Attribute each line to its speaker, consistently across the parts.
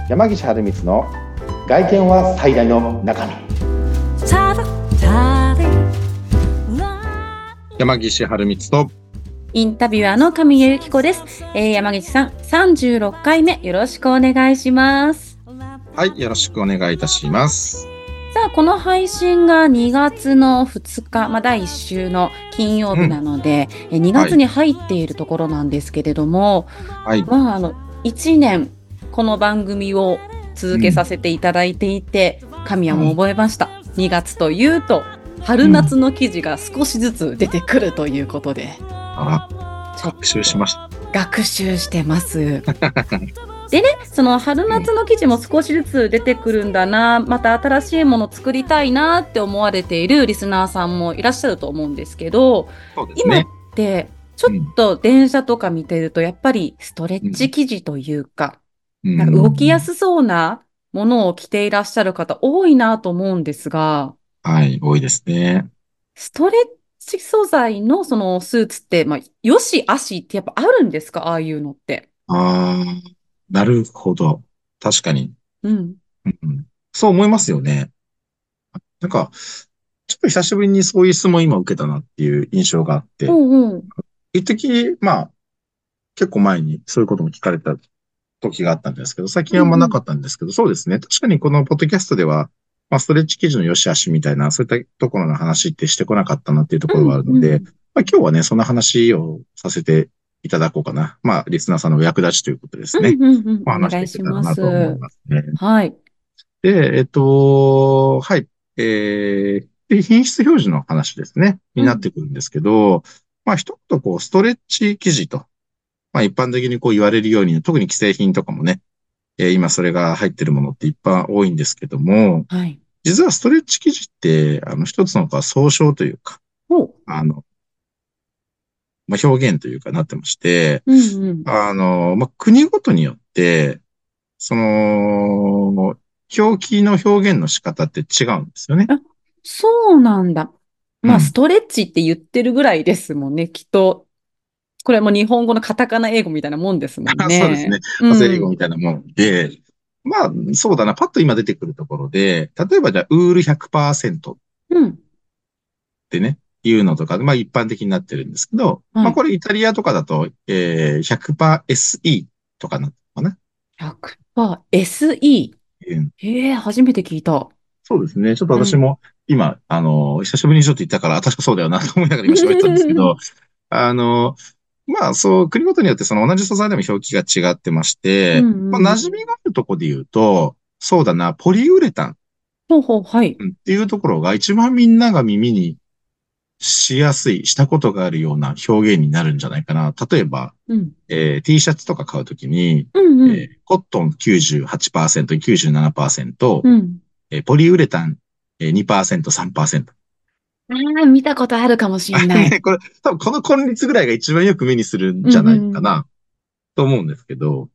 Speaker 1: 山岸春光の外見は最大の中身。
Speaker 2: 山岸春光と
Speaker 3: インタビュアーの上江由紀子です。山岸さん、36回目よろしくお願いします。
Speaker 2: はい、よろしくお願いいたします。
Speaker 3: さあ、この配信が2月の2日、第1週の金曜日なので、2月に入っているところなんですけれども、
Speaker 2: はい、
Speaker 3: 1年この番組を続けさせていただいていて、神谷も覚えました。2月というと春夏の記事が少しずつ出てくるということで、
Speaker 2: 学習しました。
Speaker 3: 学習してますでね、その春夏の記事も少しずつ出てくるんだな、また新しいもの作りたいなって思われているリスナーさんもいらっしゃると思うんですけど、
Speaker 2: そうですね、
Speaker 3: 今ってちょっと電車とか見てるとやっぱりストレッチ記事というか、なんか動きやすそうなものを着ていらっしゃる方多いなと思うんですが、
Speaker 2: はい、多いですね。
Speaker 3: ストレッチ素材のそのスーツって、よし悪しってやっぱあるんですか？ああいうのって。
Speaker 2: なるほど。確かに、
Speaker 3: うん。
Speaker 2: そう思いますよね。なんか、ちょっと久しぶりにそういう質問今受けたなっていう印象があって、一時、結構前にそういうことも聞かれた時があったんですけど、最近はあんまなかったんですけど、そうですね。確かにこのポッドキャストでは、ストレッチ記事の良し悪しみたいな、そういったところの話ってしてこなかったなっていうところがあるので、今日はね、その話をさせていただこうかな。リスナーさんのお役立ちということですね。話していけたらなと思いますね。
Speaker 3: はい。
Speaker 2: で、はい。で、品質表示の話ですね。になってくるんですけど、一言ストレッチ記事と、一般的に言われるように、特に既製品とかもね、今それが入ってるものっていっぱい多いんですけども、
Speaker 3: はい、
Speaker 2: 実はストレッチ記事って、一つの総称というか、表現というかなってまして、国ごとによって、その、表記の表現の仕方って違うんですよね。
Speaker 3: そうなんだ。ストレッチって言ってるぐらいですもんね、きっと。これはもう日本語のカタカナ英語みたいなもんですもんね。
Speaker 2: そうですね。派生英語みたいなもんで、そうだな、パッと今出てくるところで、例えばじゃあ、ウール 100% ってね、いうのとかで、一般的になってるんですけど、これイタリアとかだと、100%SE とかなったのか
Speaker 3: な。100%SE。初めて聞いた。
Speaker 2: そうですね。ちょっと私も今、久しぶりにちょっと言ったから、確かそうだよなと思いながら今喋ったんですけど、そう、国ごとによってその同じ素材でも表記が違ってまして、馴染みがあるところで言うと、そうだな、ポリウレタン。
Speaker 3: はい。
Speaker 2: っていうところが一番みんなが耳にしやすい、したことがあるような表現になるんじゃないかな。例えば、T シャツとか買うときに、コットン 98%、97%、ポリウレタン 2%、3%。
Speaker 3: 見たことあるかもしれない。
Speaker 2: これ、多分この根率ぐらいが一番よく目にするんじゃないかな、と思うんですけど。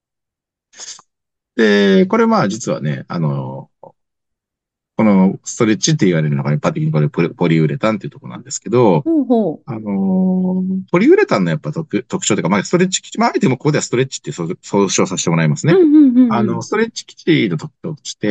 Speaker 2: で、これ実はね、このストレッチって言われるのが一般的にこれポリウレタンっていうところなんですけど、ポリウレタンのやっぱ特徴というか、ストレッチ基地、あえてもここではストレッチって総称させてもらいますね。ストレッチ基地の特徴として、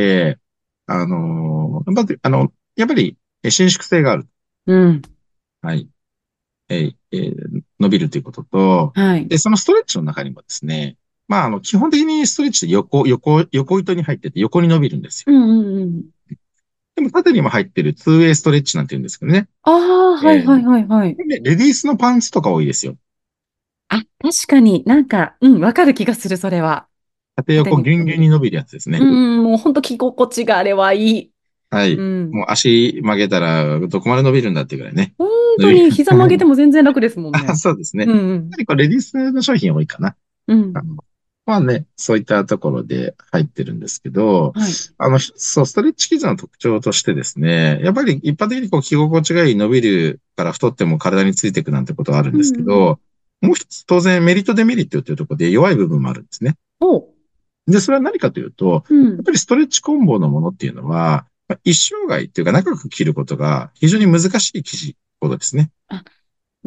Speaker 2: やっぱり伸縮性がある。はい。伸びるということと、で、そのストレッチの中にもですね、基本的にストレッチって横糸に入ってて横に伸びるんですよ。でも縦にも入ってる 2way ストレッチなんて言うんですけどね。
Speaker 3: はい。
Speaker 2: レディースのパンツとか多いですよ。
Speaker 3: 確かにわかる気がする、それは。
Speaker 2: 縦横ギュンギュンに伸びるやつですね。
Speaker 3: もう本当着心地があれはいい。
Speaker 2: はい。もう足曲げたらどこまで伸びるんだっていうぐらいね。
Speaker 3: 本当に膝曲げても全然楽ですもんね。
Speaker 2: そうですね。やはりレディースの商品多いかな。そういったところで入ってるんですけど、ストレッチ生地の特徴としてですね、やっぱり一般的に着心地がいい、伸びるから太っても体についていくなんてことはあるんですけど、もう一つ当然メリットデメリットというところで弱い部分もあるんですね。で、それは何かというと、やっぱりストレッチコンボのものっていうのは、一生涯っていうか長く着ることが非常に難しい生地ほどですね。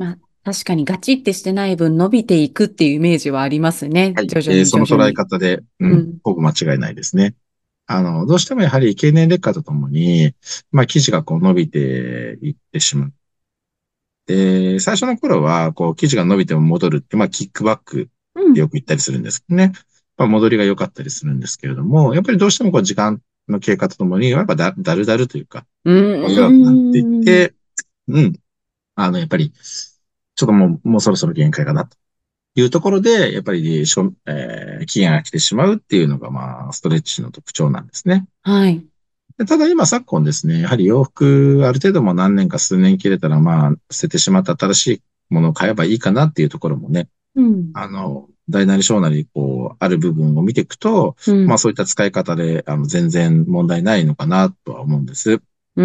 Speaker 3: 確かにガチってしてない分伸びていくっていうイメージはありますね。
Speaker 2: はい。
Speaker 3: 徐々に
Speaker 2: その捉え
Speaker 3: 徐々に。
Speaker 2: 方で、
Speaker 3: うん。
Speaker 2: ほぼ間違いないですね。どうしてもやはり経年劣化とともに、生地がこう伸びていってしまう。で、最初の頃は、こう、生地が伸びても戻るって、キックバックってよく言ったりするんですけどね。戻りが良かったりするんですけれども、やっぱりどうしてもこう、時間の経過とともに、やっぱだるだるというか、
Speaker 3: う
Speaker 2: 弱くなっていっ
Speaker 3: ん。
Speaker 2: て、やっぱり、ちょっともうそろそろ限界かなというところで、やっぱり、期限が来てしまうっていうのが、ストレッチの特徴なんですね。
Speaker 3: はい。
Speaker 2: でただ今昨今ですね、やはり洋服、ある程度もう何年か数年着れたら、捨ててしまった新しいものを買えばいいかなっていうところもね、
Speaker 3: うん。
Speaker 2: 大なり小なり、こう、ある部分を見ていくと、
Speaker 3: うん。
Speaker 2: そういった使い方で、全然問題ないのかなとは思うんです。
Speaker 3: うん。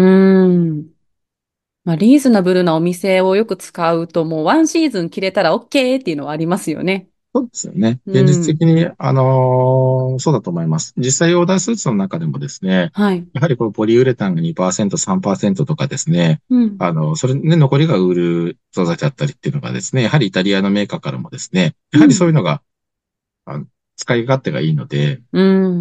Speaker 3: リーズナブルなお店をよく使うと、もうワンシーズン着れたら OK っていうのはありますよね。
Speaker 2: そうですよね。
Speaker 3: う
Speaker 2: 現実
Speaker 3: ん。
Speaker 2: 的に、そうだと思います。実際オーダースーツの中でもですね、
Speaker 3: はい。
Speaker 2: やはりこのポリウレタンが2%、3%とかですね、
Speaker 3: うん。
Speaker 2: それね、残りがウール素材だったりっていうのがですね、やはりイタリアのメーカーからもですね、やはり
Speaker 3: うん。
Speaker 2: そういうのが、あの使い勝手がいいので、
Speaker 3: うん。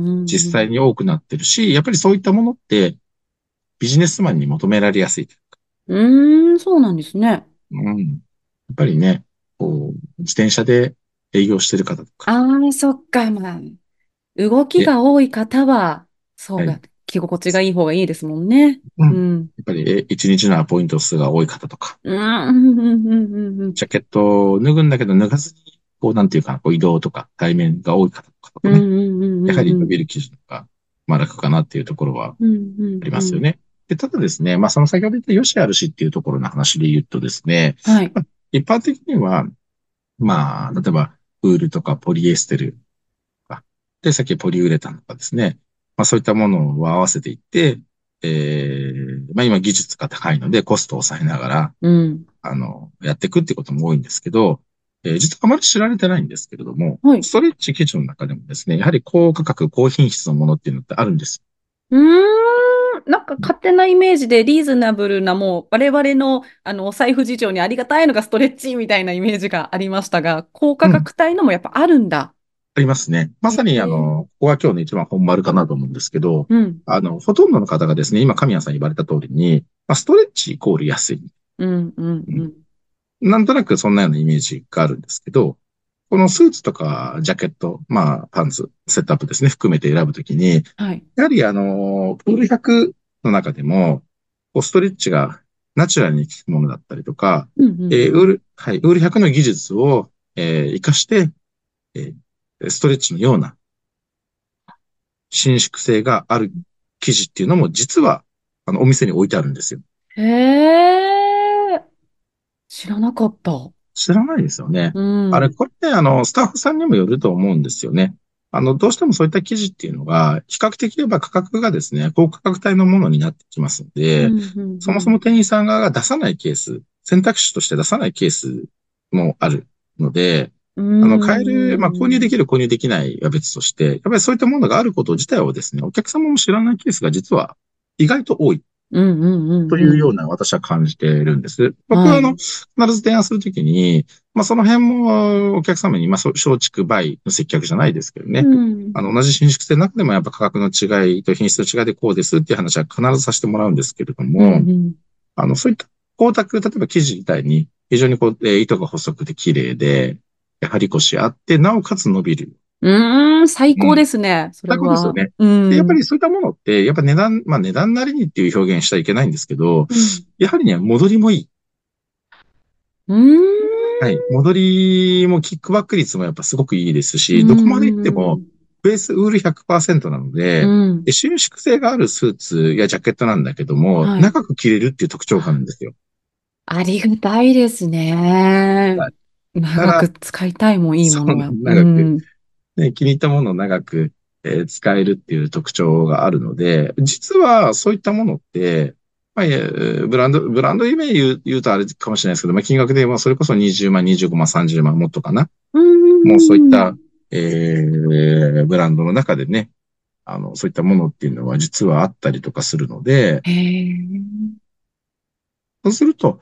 Speaker 3: うん。
Speaker 2: 実際に多くなってるし、やっぱりそういったものってビジネスマンに求められやすい。
Speaker 3: うん、そうなんですね。
Speaker 2: うん。やっぱりね、こう、自転車で営業してる方とか、
Speaker 3: ああ、そっか。動き
Speaker 2: で、
Speaker 3: が多い方は、そうが、
Speaker 2: はい。
Speaker 3: 着心地がいい方がいいですもんね。
Speaker 2: うん。
Speaker 3: うん。
Speaker 2: やっぱり、一日のアポイント数が多い方とか、
Speaker 3: うん。うん。うん。うん。
Speaker 2: ジャケットを脱ぐんだけど脱がずに、こう、なんていうかな、こう移動とか対面が多い方とか
Speaker 3: うん。
Speaker 2: とね、
Speaker 3: うん。
Speaker 2: やはり伸
Speaker 3: うん。
Speaker 2: びる基準が、楽かなっていうところは
Speaker 3: うん。うん。
Speaker 2: あり
Speaker 3: うん。
Speaker 2: ますよね。で、ただですね、その先ほど言った良し悪しっていうところの話で言うとですね、
Speaker 3: はい。
Speaker 2: 一般的には、例えば、ウールとかポリエステルとか、で、さっきポリウレタンとかですね、そういったものを合わせていって、今技術が高いのでコストを抑えながら、
Speaker 3: うん。
Speaker 2: やっていくってことも多いんですけど、実はあまり知られてないんですけれども、
Speaker 3: はい。
Speaker 2: ストレッチ基準の中でもですね、やはり高価格、高品質のものっていうのってあるんです。
Speaker 3: うーん。なんか勝手なイメージでリーズナブルなもう我々のお財布事情にありがたいのがストレッチみたいなイメージがありましたが、高価
Speaker 2: うん。
Speaker 3: 格帯のもやっぱあるんだ。
Speaker 2: ありますね。ま
Speaker 3: へ
Speaker 2: さに、
Speaker 3: え。
Speaker 2: ここが今日の一番本丸かなと思うんですけど、
Speaker 3: うん。
Speaker 2: ほとんどの方がですね、今、神谷さん言われた通りに、ストレッチイコール安い。
Speaker 3: うん。うん。
Speaker 2: うん。
Speaker 3: うん。
Speaker 2: なんとなくそんなようなイメージがあるんですけど、このスーツとかジャケット、パンツ、セットアップですね、含めて選ぶときに、
Speaker 3: はい。
Speaker 2: やはりプール100の中でも、こうストレッチがナチュラルに効くものだったりとか、
Speaker 3: うん。うん。うん。
Speaker 2: ウール100の技術を、活かして、ストレッチのような伸縮性がある生地っていうのも実は、お店に置いてあるんですよ。
Speaker 3: へえ。知らなかった。
Speaker 2: 知らないですよね。
Speaker 3: う
Speaker 2: こ
Speaker 3: ん。
Speaker 2: れね、スタッフさんにもよると思うんですよね。どうしてもそういった生地っていうのが、比較的言えば価格がですね、高価格帯のものになってきますので、
Speaker 3: うん。うん。
Speaker 2: そもそも店員さん側が出さないケース、選択肢として出さないケースもあるので、
Speaker 3: う
Speaker 2: 買える、購入で
Speaker 3: ん。
Speaker 2: きる、購入できないは別として、やっぱりそういったものがあること自体をですね、お客様も知らないケースが実は意外と多い
Speaker 3: うん。うん。うん。
Speaker 2: という
Speaker 3: うん。
Speaker 2: ような私は感じているんです。僕は
Speaker 3: はい。
Speaker 2: 必ず提案するときに、その辺もお客様に、松竹梅の接客じゃないですけどね。
Speaker 3: うん。
Speaker 2: 同じ伸縮性の中でもやっぱ価格の違いと品質の違いでこうですっていう話は必ずさせてもらうんですけれど
Speaker 3: うん。
Speaker 2: も、
Speaker 3: うん。
Speaker 2: そういった光沢、例えば生地自体に非常にこう、糸が細くて綺麗で、張り腰あって、なおかつ伸びる。
Speaker 3: うーん、最高
Speaker 2: うん。
Speaker 3: ですね。それ
Speaker 2: 最高ですよ
Speaker 3: は。
Speaker 2: ね。
Speaker 3: う
Speaker 2: で、やっぱ
Speaker 3: ん。
Speaker 2: りそういったものって、やっぱ値段なりにっていう表現しちゃいけないんですけど、
Speaker 3: うん。
Speaker 2: やはりね、戻りもいい。
Speaker 3: うー
Speaker 2: はい。戻りもキックバック率もやっぱすごくいいです
Speaker 3: ん。う
Speaker 2: し、どこまで行っても、
Speaker 3: ん。
Speaker 2: ベースウール100%なの
Speaker 3: う
Speaker 2: で、
Speaker 3: ん。
Speaker 2: 伸縮性があるスーツやジャケットなんだけども、
Speaker 3: はい。
Speaker 2: 長く着れるっていう特徴があるんですよ。
Speaker 3: ありがたいですね。
Speaker 2: はい。だから、
Speaker 3: 長く使いたいもん、いいものは。う
Speaker 2: 長く、
Speaker 3: ん。
Speaker 2: ね、気に入ったものを長く、使えるっていう特徴があるので、実はそういったものって、ブランドイメージ言うとあれかもしれないですけど、金額で言えばそれこそ20万、25万、30万もっとかな。
Speaker 3: う
Speaker 2: もうそういっ
Speaker 3: ん。
Speaker 2: た、ブランドの中でね、そういったものっていうのは実はあったりとかするので、
Speaker 3: へえ。
Speaker 2: そうすると、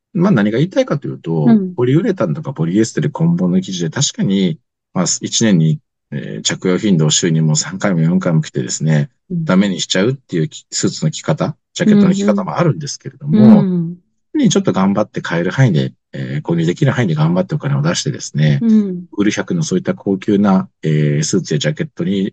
Speaker 2: 何が言いたいかというと、ポリウレタンとかポリエステル混紡の生地で確かに、1年に、着用頻度を週にも3回も4回も着てですね、ダメにしちゃうっていうスーツの着方、ジャケットの着方もあるんですけれども、ちょっと頑張って買える範囲で、購入できる範囲で頑張ってお金を出してですね、ウル100のそういった高級な、スーツやジャケットに、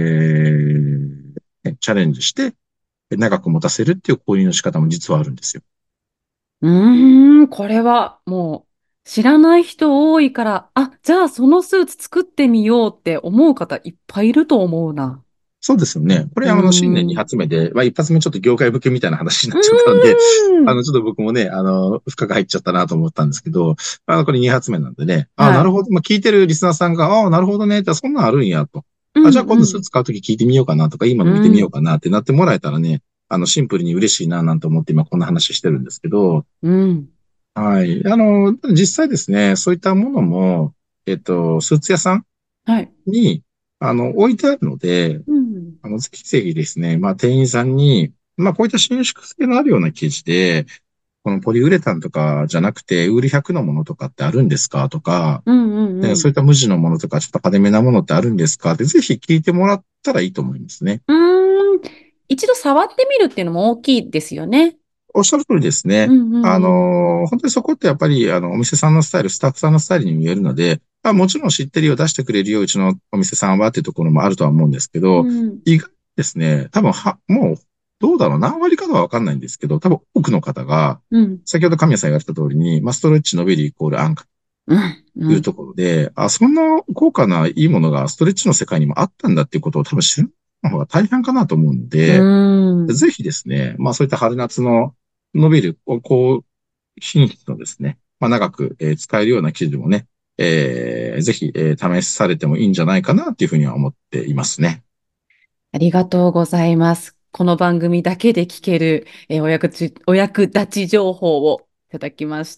Speaker 2: チャレンジして、長く持たせるっていう購入の仕方も実はあるんですよ。
Speaker 3: これはもう知らない人多いから、じゃあそのスーツ作ってみようって思う方いっぱいいると思うな。
Speaker 2: そうですよね。これ新年2発目で、1発目ちょっと業界向けみたいな話になっちゃったんで、ちょっと僕もね、深く入っちゃったなと思ったんですけど、これ2発目なんでね、なるほど。聞いてるリスナーさんが、なるほどね、そんなんあるんやと。じゃあ今度スーツ買うとき聞いてみようかなとか、今の見てみようかなってなってもらえたらね、シンプルに嬉しいななんて思って今こんな話してるんですけど、はい。実際ですね、そういったものも、スーツ屋さんに、置いてあるので、ぜひぜひですね、店員さんに、こういった伸縮性のあるような生地で、このポリウレタンとかじゃなくて、ウール100のものとかってあるんですかとか、そういった無地のものとか、ちょっと派手めなものってあるんですかってぜひ聞いてもらったらいいと思いますね。
Speaker 3: 一度触ってみるっていうのも大きいですよね。
Speaker 2: おっしゃる通りですね。本当にそこってやっぱり、お店さんのスタイル、スタッフさんのスタイルに見えるので、もちろん知ってるよ、出してくれるよ、うちのお店さんはっていうところもあるとは思うんですけど、意外ですね、多分もう、どうだろう、何割かはわかんないんですけど、多分多くの方が、先ほど神谷さん言われた通りに、ストレッチ伸びるイコール安価というところで、そんな高価ないいものがストレッチの世界にもあったんだっていうことを多分知るの方が大変かなと思うので、ぜひですね、そういった春夏の伸びる、品質のですね、長く、使えるような生地もね、ぜひ、試されてもいいんじゃないかなっていうふうには思っていますね。
Speaker 3: ありがとうございます。この番組だけで聞ける、お役立ち情報をいただきました。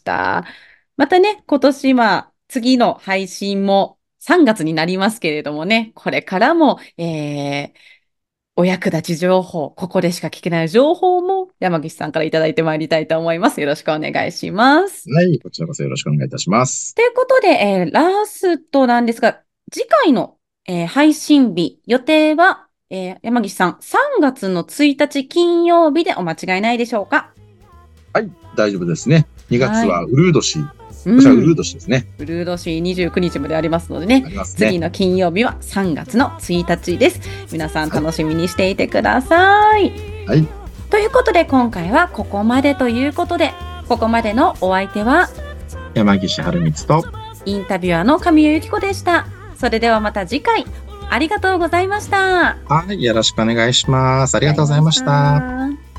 Speaker 3: またね、今年次の配信も3月になりますけれどもね、これからも、お役立ち情報、ここでしか聞けない情報も山岸さんからいただいてまいりたいと思います。よろしくお願いします。
Speaker 2: はい、こちらこそよろしくお願いいたします。
Speaker 3: ということで、ラストなんですが、次回の、配信日、予定は、山岸さん、3月の1日金曜日でお間違いないでしょうか？
Speaker 2: はい、大丈夫ですね。2月はウルード氏。こちらウルード氏ですね。
Speaker 3: ウルード氏29日までありますのでね。次の金曜日は3月の1日です。皆さん楽しみにしていてください。
Speaker 2: はい。
Speaker 3: ということで今回はここまでということで、ここまでのお相手は
Speaker 2: 山岸春光と
Speaker 3: インタビュアーの神谷由紀子でした。それではまた次回ありがとうございました。
Speaker 2: はい、よろしくお願いします。ありがとうございました。